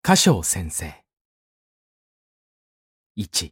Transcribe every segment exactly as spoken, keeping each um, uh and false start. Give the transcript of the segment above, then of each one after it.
歌唱先生。いち。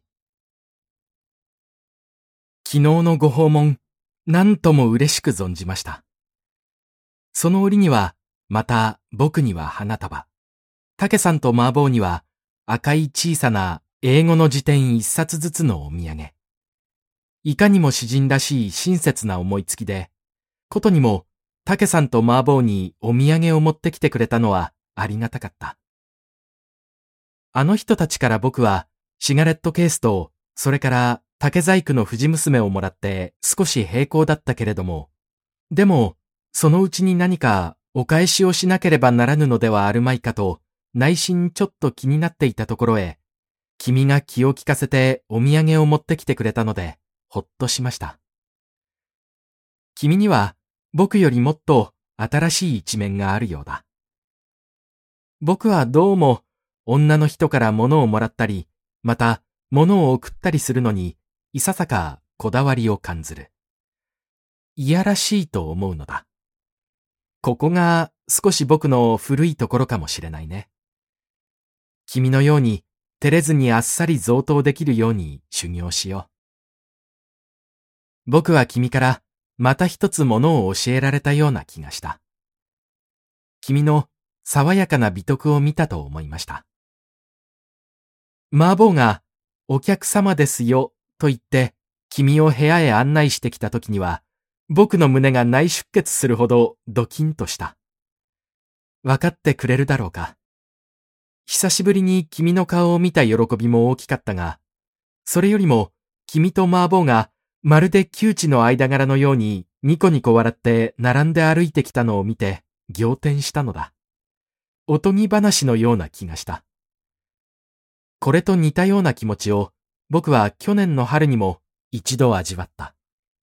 昨日のご訪問、何とも嬉しく存じました。その折には、また僕には花束、竹さんと麻婆には赤い小さな英語の辞典一冊ずつのお土産。いかにも詩人らしい親切な思いつきで、ことにも竹さんと麻婆にお土産を持ってきてくれたのはありがたかった。あの人たちから僕はシガレットケースと、それから竹細工の藤娘をもらって少し平行だったけれども、でもそのうちに何かお返しをしなければならぬのではあるまいかと内心ちょっと気になっていたところへ、君が気を利かせてお土産を持ってきてくれたのでほっとしました。君には僕よりもっと新しい一面があるようだ。僕はどうも女の人から物をもらったり、また物を送ったりするのにいささかこだわりを感ずる。いやらしいと思うのだ。ここが少し僕の古いところかもしれないね。君のように照れずにあっさり贈答できるように修行しよう。僕は君からまた一つものを教えられたような気がした。君の爽やかな美徳を見たと思いました。麻婆がお客様ですよと言って君を部屋へ案内してきた時には、僕の胸が内出血するほどドキンとした。わかってくれるだろうか。久しぶりに君の顔を見た喜びも大きかったが、それよりも君と麻婆がまるで窮地の間柄のようにニコニコ笑って並んで歩いてきたのを見て仰天したのだ。おとぎ話のような気がした。これと似たような気持ちを僕は去年の春にも一度味わった。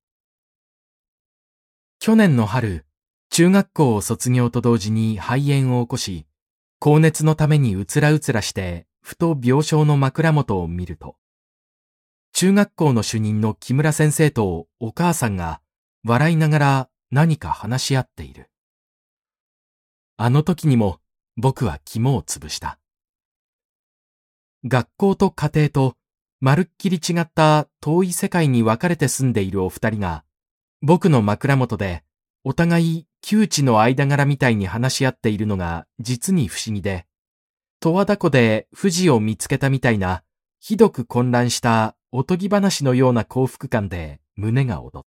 去年の春、中学校を卒業と同時に肺炎を起こし、高熱のためにうつらうつらしてふと病床の枕元を見ると、中学校の主任の木村先生とお母さんが笑いながら何か話し合っている。あの時にも僕は肝をつぶした。学校と家庭とまるっきり違った遠い世界に分かれて住んでいるお二人が、僕の枕元でお互い窮地の間柄みたいに話し合っているのが実に不思議で、十和田湖で富士を見つけたみたいなひどく混乱したおとぎ話のような幸福感で胸が躍った。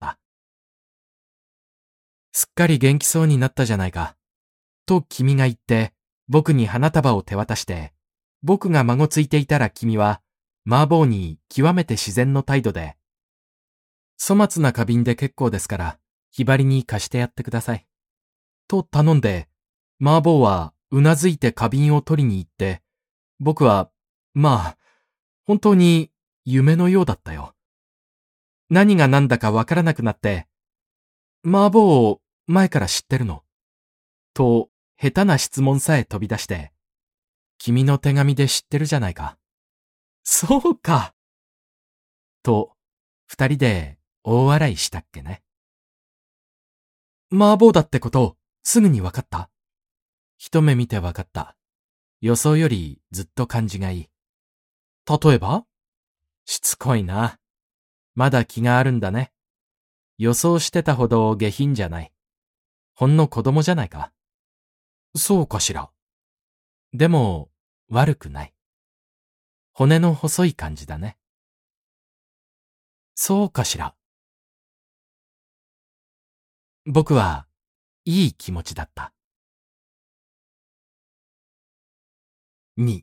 すっかり元気そうになったじゃないか、と君が言って僕に花束を手渡して、僕が孫ついていたら君は麻婆に極めて自然の態度で、粗末な花瓶で結構ですからひばりに貸してやってください、と頼んで、麻婆はうなずいて花瓶を取りに行って、僕は、まあ、本当に夢のようだったよ。何が何だかわからなくなって、麻婆を前から知ってるの？と下手な質問さえ飛び出して、君の手紙で知ってるじゃないか。そうか。と、二人で大笑いしたっけね。麻婆だってことすぐにわかった？一目見てわかった。予想よりずっと感じがいい。例えば？しつこいな。まだ気があるんだね。予想してたほど下品じゃない。ほんの子供じゃないか。そうかしら。でも、悪くない。骨の細い感じだね。そうかしら。僕はいい気持ちだった。に。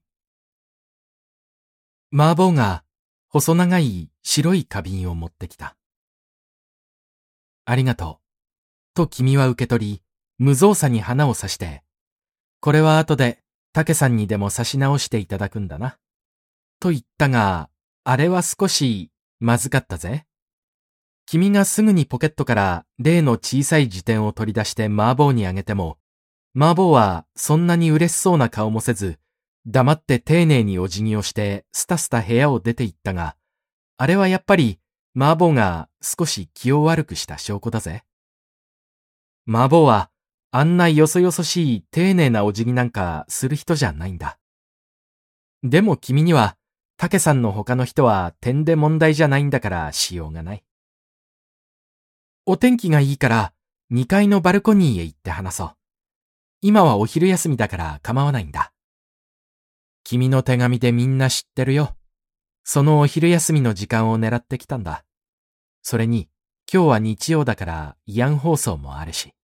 麻婆が細長い白い花瓶を持ってきた。ありがとう。と君は受け取り、無造作に花を刺して、これは後で竹さんにでも差し直していただくんだな。と言ったが、あれは少しまずかったぜ。君がすぐにポケットから例の小さい辞典を取り出して麻婆にあげても、麻婆はそんなに嬉しそうな顔もせず、黙って丁寧にお辞儀をしてスタスタ部屋を出て行ったが、あれはやっぱり麻婆が少し気を悪くした証拠だぜ。麻婆はあんなよそよそしい丁寧なお辞儀なんかする人じゃないんだ。 でも君には、竹さんの他の人は点で問題じゃないんだからしようがない。お天気がいいからにかいのバルコニーへ行って話そう。今はお昼休みだから構わないんだ。君の手紙でみんな知ってるよ。そのお昼休みの時間を狙ってきたんだ。それに、今日は日曜だから慰安放送もあるし。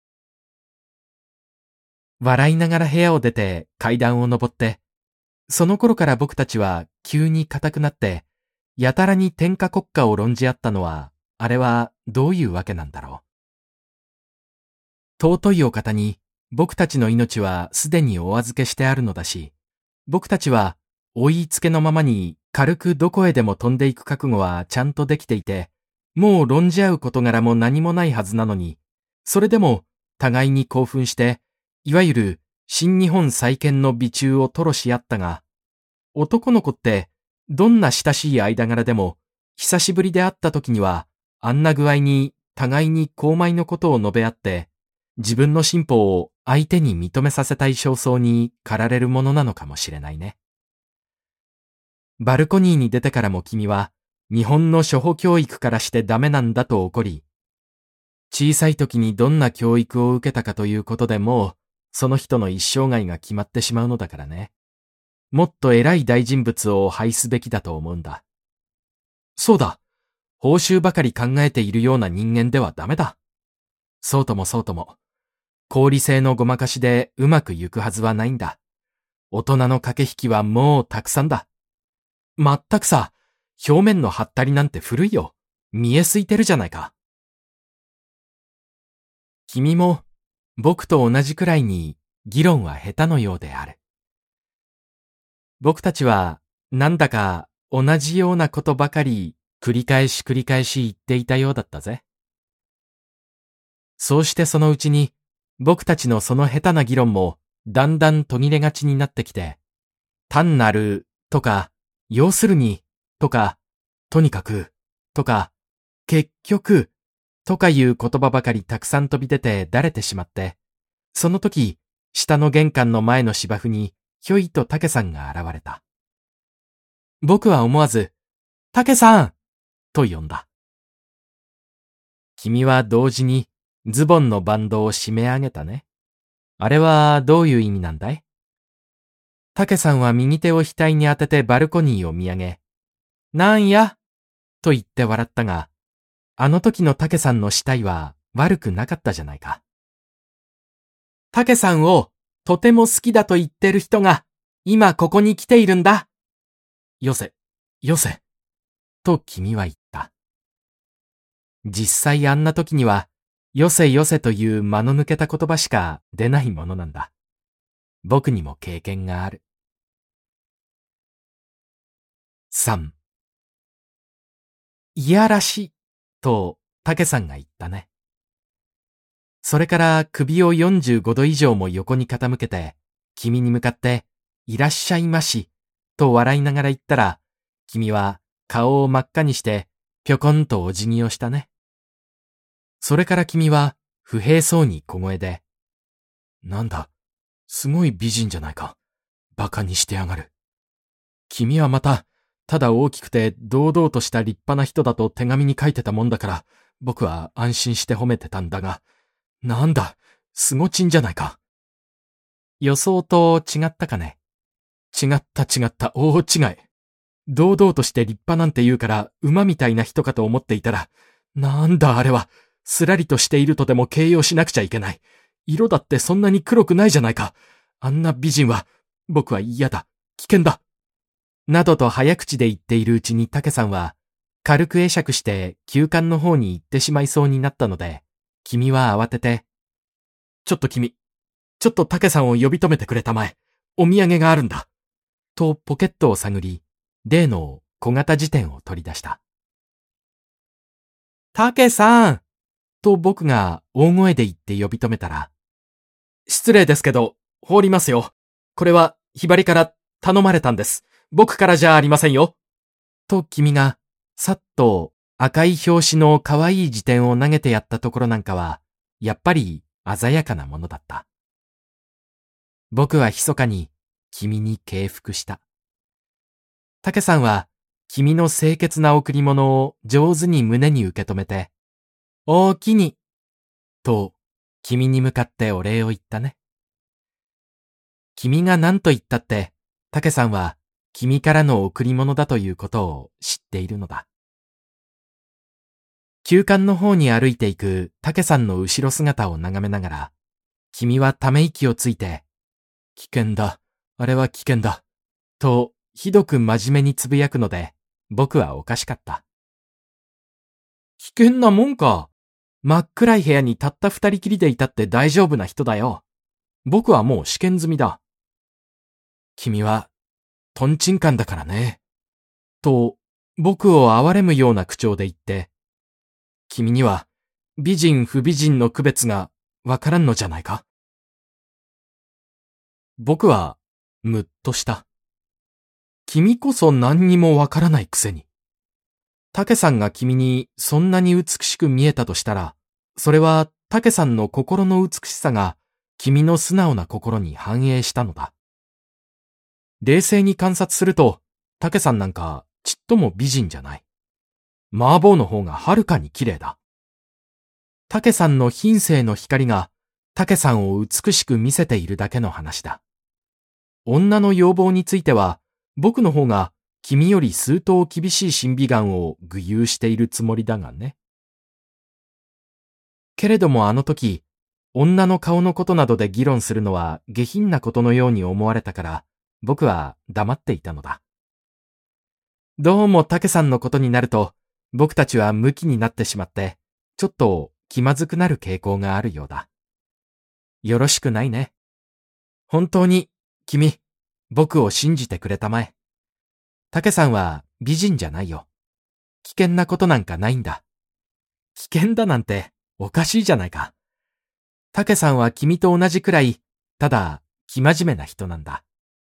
笑いながら部屋を出て階段を登って、その頃から僕たちは急に固くなって、やたらに天下国家を論じ合ったのは、あれはどういうわけなんだろう。尊いお方に僕たちの命はすでにお預けしてあるのだし、僕たちは追いつけのままに軽くどこへでも飛んでいく覚悟はちゃんとできていて、もう論じ合う事柄も何もないはずなのに、それでも互いに興奮して、いわゆる新日本再建の美中を吐露し合ったが、男の子ってどんな親しい間柄でも、久しぶりで会った時には、あんな具合に互いに高邁のことを述べ合って、自分の進歩を相手に認めさせたい焦燥に駆られるものなのかもしれないね。バルコニーに出てからも君は、日本の初歩教育からしてダメなんだと怒り、小さい時にどんな教育を受けたかということでもう、その人の一生涯が決まってしまうのだからね。もっと偉い大人物を拝すべきだと思うんだ。そうだ。報酬ばかり考えているような人間ではダメだ。そうともそうとも。功利性のごまかしでうまくいくはずはないんだ。大人の駆け引きはもうたくさんだ。まったくさ、表面のハったりなんて古いよ。見えすいてるじゃないか。君も僕と同じくらいに議論は下手のようである。僕たちはなんだか同じようなことばかり繰り返し繰り返し言っていたようだったぜ。そうしてそのうちに僕たちのその下手な議論もだんだん途切れがちになってきて、単なるとか、要するにとか、とにかくとか、結局とかいう言葉ばかりたくさん飛び出てだれてしまって、その時、下の玄関の前の芝生にひょいと竹さんが現れた。僕は思わず、竹さんと呼んだ。君は同時にズボンのバンドを締め上げたね。あれはどういう意味なんだい？竹さんは右手を額に当ててバルコニーを見上げ、なんやと言って笑ったが、あの時の竹さんの死体は悪くなかったじゃないか。竹さんをとても好きだと言ってる人が今ここに来ているんだ。よせ、よせ、と君は言った。実際あんな時には、よせよせという間の抜けた言葉しか出ないものなんだ。僕にも経験がある。さん。いやらしい、と竹さんが言ったね。それから首をよんじゅうごど以上も横に傾けて、君に向かって、いらっしゃいまし、と笑いながら言ったら、君は顔を真っ赤にして、ぴょこんとお辞儀をしたね。それから君は不平そうに小声で、なんだ、すごい美人じゃないか。馬鹿にしてやがる。君はまた、ただ大きくて堂々とした立派な人だと手紙に書いてたもんだから、僕は安心して褒めてたんだが、なんだ、すごちんじゃないか。予想と違ったかね。違った違った大違い。堂々として立派なんて言うから馬みたいな人かと思っていたら、なんだあれは、すらりとしているとでも形容しなくちゃいけない。色だってそんなに黒くないじゃないか。あんな美人は、僕は嫌だ。危険だ。などと早口で言っているうちに竹さんは、軽く会釈して旧館の方に行ってしまいそうになったので、君は慌てて、ちょっと君、ちょっと竹さんを呼び止めてくれたまえ。お土産があるんだ。とポケットを探り、例の小型辞典を取り出した。竹さんと僕が大声で言って呼び止めたら、失礼ですけど、放りますよ。これはひばりから頼まれたんです。僕からじゃありませんよ。と君が、さっと赤い表紙の可愛い辞典を投げてやったところなんかは、やっぱり鮮やかなものだった。僕は密かに君に敬服した。 竹さんは君の清潔な贈り物を上手に胸に受け止めて、おおきに、と君に向かってお礼を言ったね。君が何と言ったって、竹さんは君からの贈り物だということを知っているのだ。旧館の方に歩いていく竹さんの後ろ姿を眺めながら、君はため息をついて、危険だ、あれは危険だ、とひどく真面目につぶやくので、僕はおかしかった。危険なもんか。真っ暗い部屋にたった二人きりでいたって大丈夫な人だよ。僕はもう試験済みだ。君は、トンチンカンだからね。と、僕を憐れむような口調で言って、君には美人不美人の区別がわからんのじゃないか。僕はむっとした。君こそ何にもわからないくせに。竹さんが君にそんなに美しく見えたとしたら、それは竹さんの心の美しさが君の素直な心に反映したのだ。冷静に観察すると、竹さんなんかちっとも美人じゃない。マーボーの方がはるかに綺麗だ。竹さんの品性の光が竹さんを美しく見せているだけの話だ。女の要望については、僕の方が君より数頭厳しい審美眼を具有しているつもりだがね。けれどもあの時、女の顔のことなどで議論するのは下品なことのように思われたから、僕は黙っていたのだ。どうも竹さんのことになると、僕たちはムキになってしまって、ちょっと気まずくなる傾向があるようだ。よろしくないね。本当に、君、僕を信じてくれたまえ。竹さんは美人じゃないよ。危険なことなんかないんだ。危険だなんておかしいじゃないか。竹さんは君と同じくらい、ただ、生真面目な人なんだ。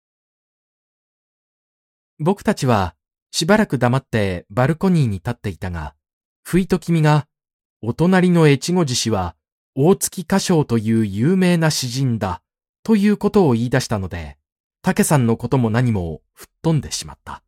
僕たちは、しばらく黙ってバルコニーに立っていたが、ふいと君が、お隣の越後獅子は、大月歌唱という有名な詩人だ、ということを言い出したので、竹さんのことも何も吹っ飛んでしまった。